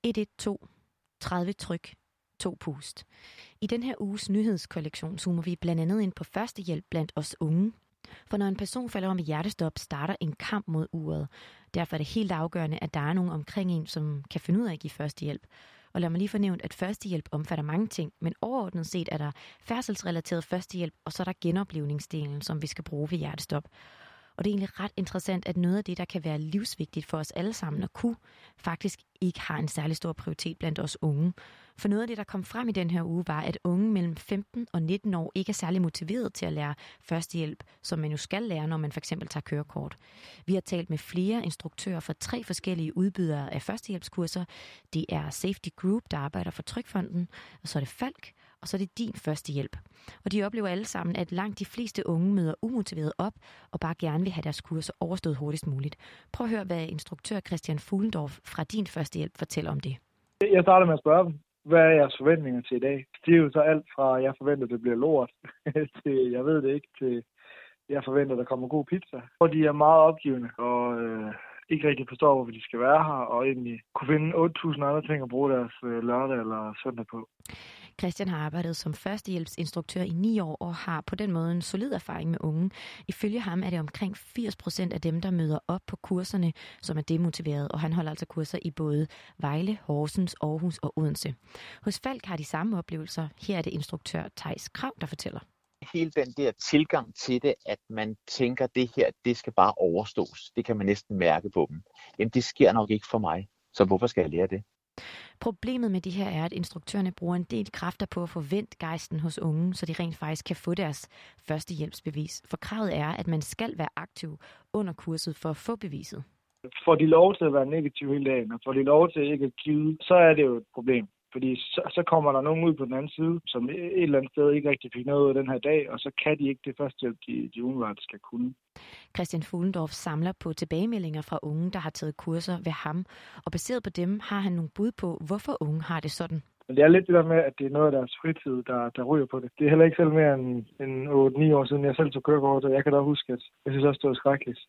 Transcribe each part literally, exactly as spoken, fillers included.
et et to tredive tryk to pust. I den her uges nyhedskollektion zoomer vi blandt andet ind på førstehjælp blandt os unge. For når en person falder om i hjertestop, starter en kamp mod uret. Derfor er det helt afgørende, at der er nogen omkring en, som kan finde ud af at give førstehjælp. Og lad mig lige fornævne, at førstehjælp omfatter mange ting, men overordnet set er der færdselsrelateret førstehjælp, og så er der genoplivningsdelen, som vi skal bruge ved hjertestop. Og det er egentlig ret interessant, at noget af det, der kan være livsvigtigt for os alle sammen at kunne, faktisk ikke har en særlig stor prioritet blandt os unge. For noget af det, der kom frem i den her uge, var, at unge mellem femten og nitten år ikke er særlig motiveret til at lære førstehjælp, som man jo skal lære, når man for eksempel tager kørekort. Vi har talt med flere instruktører fra tre forskellige udbydere af førstehjælpskurser. Det er Safety Group, der arbejder for Trygfonden, og så er det Falk, og så er det Din Førstehjælp. Og de oplever alle sammen, at langt de fleste unge møder umotiveret op og bare gerne vil have deres kurser overstået hurtigst muligt. Prøv at høre, hvad instruktør Christian Fuhlendorf fra Din Førstehjælp fortæller om det. Jeg starter med at spørge dem, hvad er jeres forventninger til i dag? Det er jo så alt fra, jeg forventer, det bliver lort, til jeg ved det ikke, til jeg forventer, der kommer god pizza. Og de er meget opgivende og øh, ikke rigtig forstår, hvorfor de skal være her, og egentlig kunne finde otte tusind andre ting at bruge deres øh, lørdag eller søndag på. Christian har arbejdet som førstehjælpsinstruktør i ni år og har på den måde en solid erfaring med unge. Ifølge ham er det omkring firs procent af dem, der møder op på kurserne, som er demotiveret, og han holder altså kurser i både Vejle, Horsens, Aarhus og Odense. Hos Falk har de samme oplevelser. Her er det instruktør Theis Krav, der fortæller. Hele den der tilgang til det, at man tænker, at det her, det skal bare overstås. Det kan man næsten mærke på dem. Jamen, det sker nok ikke for mig, så hvorfor skal jeg lære det? Problemet med det her er, at instruktørerne bruger en del kræfter på at forvente gejsten hos unge, så de rent faktisk kan få deres førstehjælpsbevis. For kravet er, at man skal være aktiv under kurset for at få beviset. Får de lov til at være negativ hele dagen, og får de lov til ikke at give, så er det jo et problem. Fordi så, så kommer der nogen ud på den anden side, som et eller andet sted ikke rigtig fik noget ud af den her dag, og så kan de ikke det førstehjælp, de, de umiddelbart skal kunne. Christian Fuhlendorf samler på tilbagemeldinger fra unge, der har taget kurser ved ham, og baseret på dem har han nogle bud på, hvorfor unge har det sådan. Men det er lidt det der med, at det er noget af deres fritid, der, der ryger på det. Det er heller ikke selv mere end, end otte ni år siden, jeg selv tog kørekort, og jeg kan da huske, at jeg synes også, det var skrækkeligt.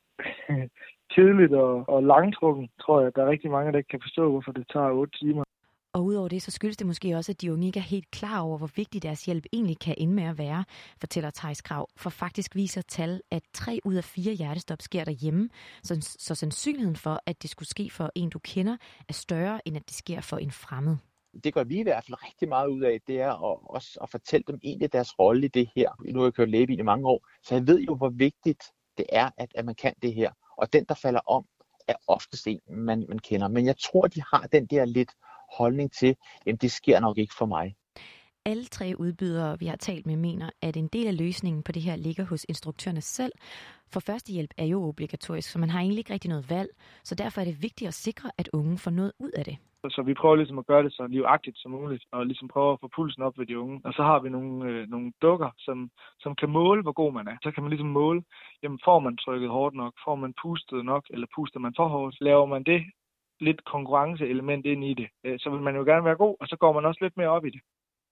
Tidligt og, og langtrukken, tror jeg, at der er rigtig mange, der ikke kan forstå, hvorfor det tager otte timer. Og udover det, så skyldes det måske også, at de unge ikke er helt klar over, hvor vigtig deres hjælp egentlig kan ende med at være, fortæller Theis Krav. For faktisk viser tal, at tre ud af fire hjertestop sker derhjemme, så, så sandsynligheden for, at det skulle ske for en, du kender, er større, end at det sker for en fremmed. Det gør vi i hvert fald rigtig meget ud af, det er at, også at fortælle dem egentlig deres rolle i det her. Nu har jeg kørt lægebil i mange år, så jeg ved jo, hvor vigtigt det er, at, at man kan det her. Og den, der falder om, er oftest en, man, man kender. Men jeg tror, de har den der lidt holdning til, at det sker nok ikke for mig. Alle tre udbydere, vi har talt med, mener, at en del af løsningen på det her ligger hos instruktørerne selv. For førstehjælp er jo obligatorisk, så man har egentlig ikke rigtig noget valg. Så derfor er det vigtigt at sikre, at unge får noget ud af det. Så vi prøver ligesom at gøre det så livagtigt som muligt, og ligesom prøve at få pulsen op ved de unge. Og så har vi nogle, øh, nogle dukker, som, som kan måle, hvor god man er. Så kan man ligesom måle, jamen får man trykket hårdt nok, får man pustet nok, eller puster man for hårdt. Laver man det lidt konkurrenceelement ind i det, øh, så vil man jo gerne være god, og så går man også lidt mere op i det.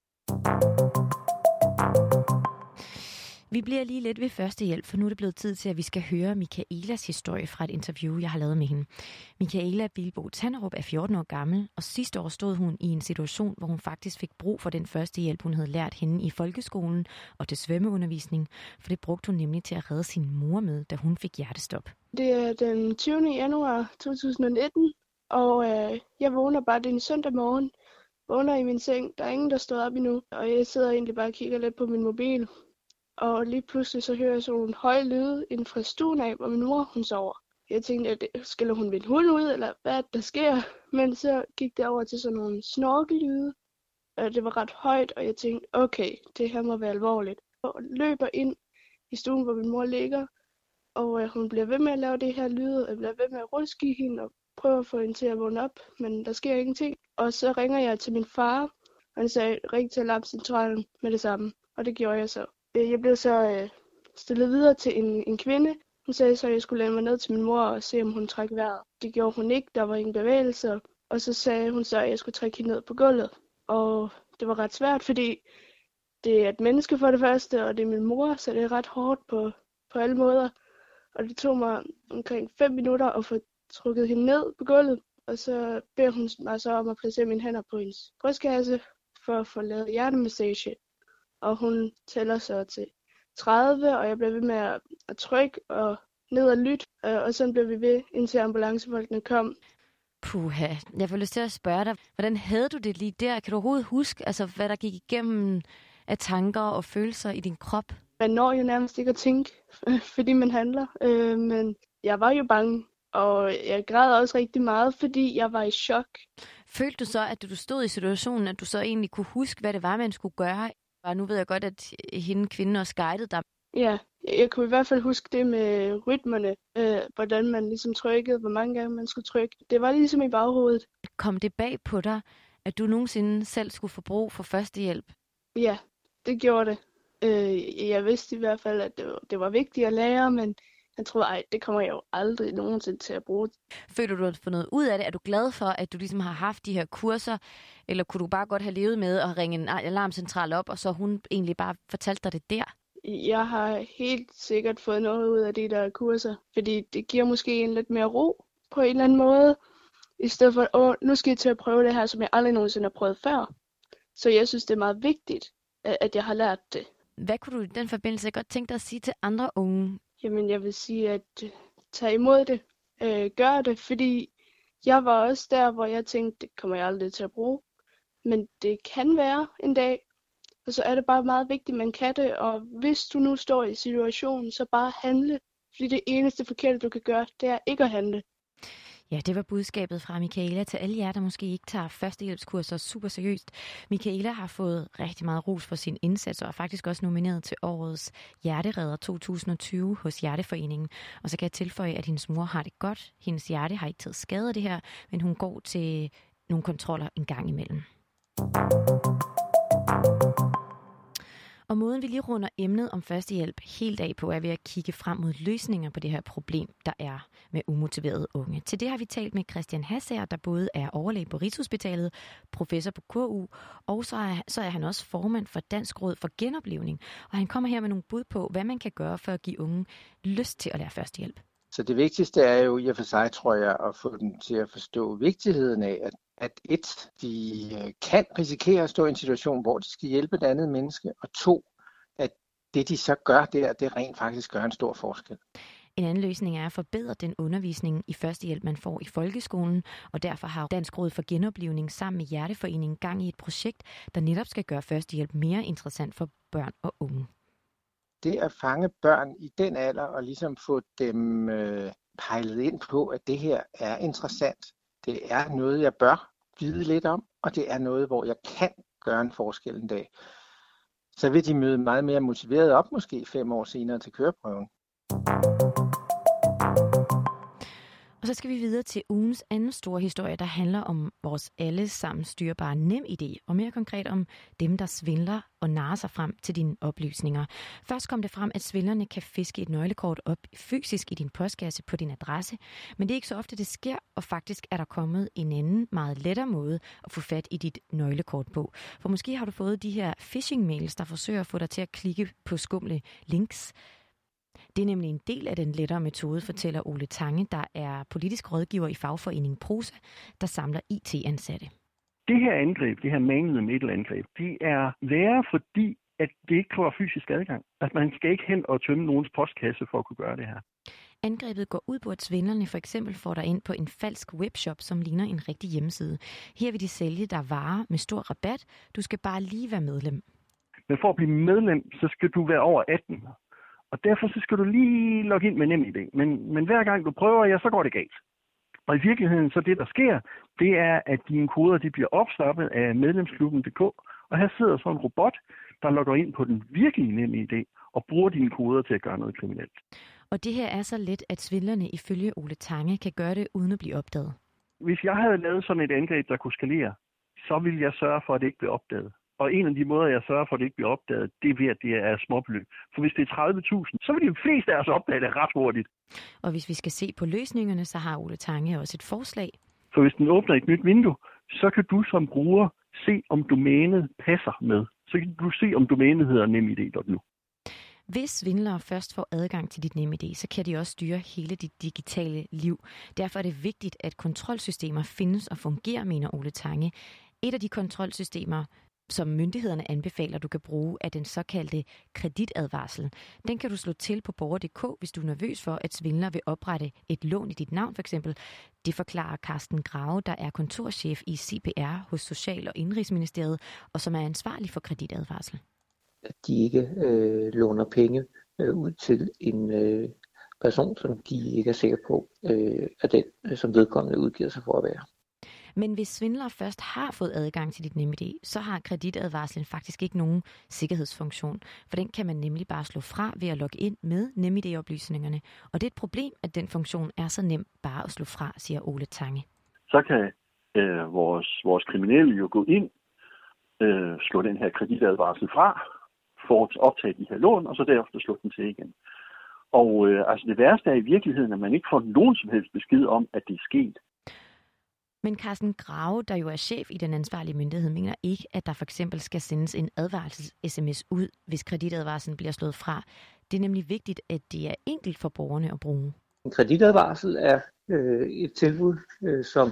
Vi bliver lige lidt ved førstehjælp, for nu er det blevet tid til, at vi skal høre Michaelas historie fra et interview, jeg har lavet med hende. Michaela Bilbo Tanderup er fjorten år gammel, og sidste år stod hun i en situation, hvor hun faktisk fik brug for den førstehjælp, hun havde lært hende i folkeskolen og til svømmeundervisning, for det brugte hun nemlig til at redde sin mor med, da hun fik hjertestop. Det er den tyvende januar to tusind nitten, og øh, jeg vågner bare den søndag morgen. Vågner i min seng, der er ingen, der står op endnu, og jeg sidder egentlig bare og kigger lidt på min mobil. Og lige pludselig så hører jeg sådan nogle høje lyde inden fra stuen af, hvor min mor hun sover. Jeg tænkte, at skiller hun min hund ud, eller hvad der sker? Men så gik det over til sådan nogle snorkelyde, og det var ret højt, og jeg tænkte, okay, det her må være alvorligt. Og løber ind i stuen, hvor min mor ligger, og øh, hun bliver ved med at lave det her lyde, og jeg bliver ved med at ruske i hende, og prøver at få hende til at vågne op, men der sker ingenting. Og så ringer jeg til min far, og han sagde, ring til alarmcentralen med det samme, og det gjorde jeg så. Jeg blev så øh, stillet videre til en, en kvinde. Hun sagde så, at jeg skulle lade mig ned til min mor og se, om hun træk vejret. Det gjorde hun ikke, der var ingen bevægelser. Og så sagde hun så, at jeg skulle trække hende ned på gulvet. Og det var ret svært, fordi det er et menneske for det første, og det er min mor, så det er ret hårdt på, på alle måder. Og det tog mig omkring fem minutter at få trukket hende ned på gulvet. og så beder hun mig så om at placere mine hænder på hendes brystkasse for at få lavet hjertemassage. Og hun tæller så til tredive, og jeg bliver ved med at, at trykke og ned og lytte, og så blev vi ved, indtil ambulancefolkene kom. Puha, jeg får lyst til at spørge dig, hvordan havde du det lige der? Kan du overhovedet huske, altså, hvad der gik igennem af tanker og følelser i din krop? Man når jo nærmest ikke at tænke, fordi man handler, øh, men jeg var jo bange, og jeg græd også rigtig meget, fordi jeg var i chok. Følte du så, at du stod i situationen, at du så egentlig kunne huske, hvad det var, man skulle gøre? Og nu ved jeg godt, at hende kvinde også guidede dig. Ja, jeg kunne i hvert fald huske det med rytmerne, øh, hvordan man ligesom trykkede, hvor mange gange man skulle trykke. Det var ligesom i baghovedet. Kom det bag på dig, at du nogensinde selv skulle få brug for førstehjælp? Ja, det gjorde det. Øh, jeg vidste i hvert fald, at det var, det var vigtigt at lære, men jeg troede, ej, det kommer jeg jo aldrig nogensinde til at bruge. Føler du, at du har fået noget ud af det? Er du glad for, at du ligesom har haft de her kurser? Eller kunne du bare godt have levet med at ringe en alarmcentral op, og så hun egentlig bare fortalte dig det der? Jeg har helt sikkert fået noget ud af de der kurser, fordi det giver måske en lidt mere ro på en eller anden måde, i stedet for, åh, nu skal jeg til at prøve det her, som jeg aldrig nogensinde har prøvet før. Så jeg synes, det er meget vigtigt, at jeg har lært det. Hvad kunne du i den forbindelse godt tænke dig at sige til andre unge? Jamen, jeg vil sige, at tage imod det, øh, gør det, fordi jeg var også der, hvor jeg tænkte, det kommer jeg aldrig til at bruge. Men det kan være en dag, og så er det bare meget vigtigt, at man kan det, og hvis du nu står i situationen, så bare handle, fordi det eneste forkerte, du kan gøre, det er ikke at handle. Ja, det var budskabet fra Michaela til alle jer, der måske ikke tager førstehjælpskurser super seriøst. Michaela har fået rigtig meget ros for sin indsats og er faktisk også nomineret til årets Hjerteredder to tusind og tyve hos Hjerteforeningen. Og så kan jeg tilføje, at hendes mor har det godt. Hendes hjerte har ikke taget skade af det her, men hun går til nogle kontroller en gang imellem. Og måden, vi lige runder emnet om førstehjælp helt af på, er ved at kigge frem mod løsninger på det her problem, der er med umotiverede unge. Til det har vi talt med Christian Hassager, der både er overlæge på Rigshospitalet, professor på K U, og så er, så er han også formand for Dansk Råd for Genoplivning. Og han kommer her med nogle bud på, hvad man kan gøre for at give unge lyst til at lære førstehjælp. Så det vigtigste er jo i og for sig, tror jeg, at få dem til at forstå vigtigheden af, at, at et, de kan risikere at stå i en situation, hvor de skal hjælpe et andet menneske, og to, at det de så gør der, det rent faktisk gør en stor forskel. En anden løsning er at forbedre den undervisning i førstehjælp, man får i folkeskolen, og derfor har Dansk Råd for Genoplivning sammen med Hjerteforeningen gang i et projekt, der netop skal gøre førstehjælp mere interessant for børn og unge. Det at fange børn i den alder og ligesom få dem øh, pejlet ind på, at det her er interessant. Det er noget, jeg bør vide lidt om, og det er noget, hvor jeg kan gøre en forskel en dag. Så vil de møde meget mere motiveret op, måske fem år senere til køreprøven. Og så skal vi videre til ugens anden store historie, der handler om vores alle sammen styrbare NemID, og mere konkret om dem, der svindler og narrer sig frem til dine oplysninger. Først kom det frem, at svindlerne kan fiske et nøglekort op fysisk i din postkasse på din adresse, men det er ikke så ofte, det sker, og faktisk er der kommet en anden, meget lettere måde at få fat i dit nøglekort på. For måske har du fået de her phishing-mails, der forsøger at få dig til at klikke på skumle links. Det er nemlig en del af den lettere metode, fortæller Ole Tange, der er politisk rådgiver i fagforeningen Prosa, der samler I T-ansatte. Det her angreb, det her man-in-the-middle-angreb, det er værre, fordi at det ikke kræver fysisk adgang. Altså man skal ikke hen og tømme nogens postkasse for at kunne gøre det her. Angrebet går ud på, at svindlerne for eksempel får dig ind på en falsk webshop, som ligner en rigtig hjemmeside. Her vil de sælge dig varer med stor rabat. Du skal bare lige være medlem. Men for at blive medlem, så skal du være over atten. Og derfor så skal du lige logge ind med NemID. Men, men hver gang du prøver, ja, så går det galt. Og i virkeligheden, så det der sker, det er, at dine koder de bliver opstoppet af medlemsklubben punktum d k. Og her sidder så en robot, der logger ind på den virkelige NemID og bruger dine koder til at gøre noget kriminelt. Og det her er så let, at svindlerne ifølge Ole Tange kan gøre det uden at blive opdaget. Hvis jeg havde lavet sådan et angreb, der kunne skalere, så ville jeg sørge for, at det ikke blev opdaget. Og en af de måder, jeg sørger for, at det ikke bliver opdaget, det er ved, at det er småbeløb. For hvis det er tredive tusind, så vil de fleste af os opdage det ret hurtigt. Og hvis vi skal se på løsningerne, så har Ole Tange også et forslag. For hvis den åbner et nyt vindue, så kan du som bruger se, om domænet passer med. Så kan du se, om domænet hedder nemid punktum n u. Hvis svindlere først får adgang til dit NemID, så kan de også styre hele dit digitale liv. Derfor er det vigtigt, at kontrolsystemer findes og fungerer, mener Ole Tange. Et af de kontrolsystemer, som myndighederne anbefaler, du kan bruge, er den såkaldte kreditadvarsel. Den kan du slå til på borger punktum d k, hvis du er nervøs for, at svindlere vil oprette et lån i dit navn, for eksempel. Det forklarer Carsten Grave, der er kontorchef i C P R hos Social- og Indenrigsministeriet, og som er ansvarlig for kreditadvarsel. At de ikke øh, låner penge øh, ud til en øh, person, som de ikke er sikre på, øh, er den, øh, som vedkommende udgiver sig for at være. Men hvis svindlere først har fået adgang til dit NemID, så har kreditadvarslen faktisk ikke nogen sikkerhedsfunktion. For den kan man nemlig bare slå fra ved at logge ind med NemID-oplysningerne. Og det er et problem, at den funktion er så nem bare at slå fra, siger Ole Tange. Så kan øh, vores, vores kriminelle jo gå ind, øh, slå den her kreditadvarsel fra, for at optage de her lån, og så derefter slå den til igen. Og øh, altså det værste er i virkeligheden, at man ikke får nogen som helst besked om, at det er sket. Men Carsten Grave, der jo er chef i den ansvarlige myndighed, mener ikke, at der for eksempel skal sendes en advarsels-sms ud, hvis kreditadvarslen bliver slået fra. Det er nemlig vigtigt, at det er enkelt for borgerne at bruge. En kreditadvarsel er øh, et tilbud, øh, som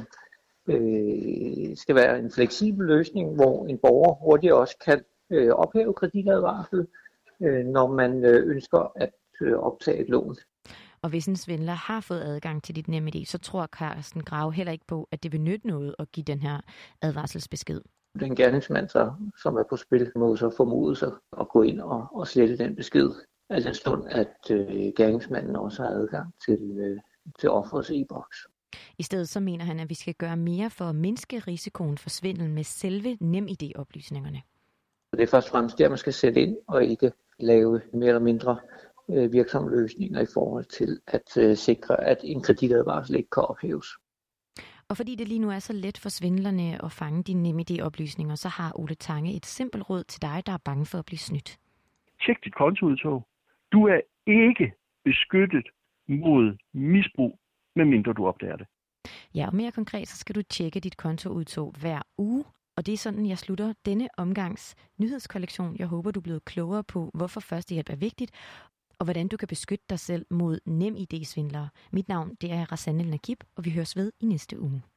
øh, skal være en fleksibel løsning, hvor en borger hurtigt også kan øh, ophæve kreditadvarsel, øh, når man øh, ønsker at øh, optage et lån. Og hvis en svindler har fået adgang til dit NemID, så tror Carsten Grave heller ikke på, at det vil nytte noget at give den her advarselsbesked. Den gerningsmand, så, som er på spil, må så formodes at gå ind og, og slette den besked. Al den stund, at øh, gerningsmanden også har adgang til, øh, til offerets e-boks. I stedet så mener han, at vi skal gøre mere for at mindske risikoen for svindel med selve NemID-oplysningerne. Det er først og fremmest der, man skal sætte ind og ikke lave mere eller mindre virksomme løsninger i forhold til at øh, sikre, at en kreditadvarsel ikke kan ophæves. Og fordi det lige nu er så let for svindlerne at fange dine NemID-oplysninger, så har Ole Tange et simpelt råd til dig, der er bange for at blive snydt. Tjek dit kontoudtog. Du er ikke beskyttet mod misbrug, medmindre du opdager det. Ja, og mere konkret, så skal du tjekke dit kontoudtog hver uge. Og det er sådan, jeg slutter denne omgangs nyhedskollektion. Jeg håber, du er blevet klogere på, hvorfor førstehjælp er vigtigt, og hvordan du kan beskytte dig selv mod NemID-svindlere. Mit navn det er Razan El Nakib, og vi høres ved i næste uge.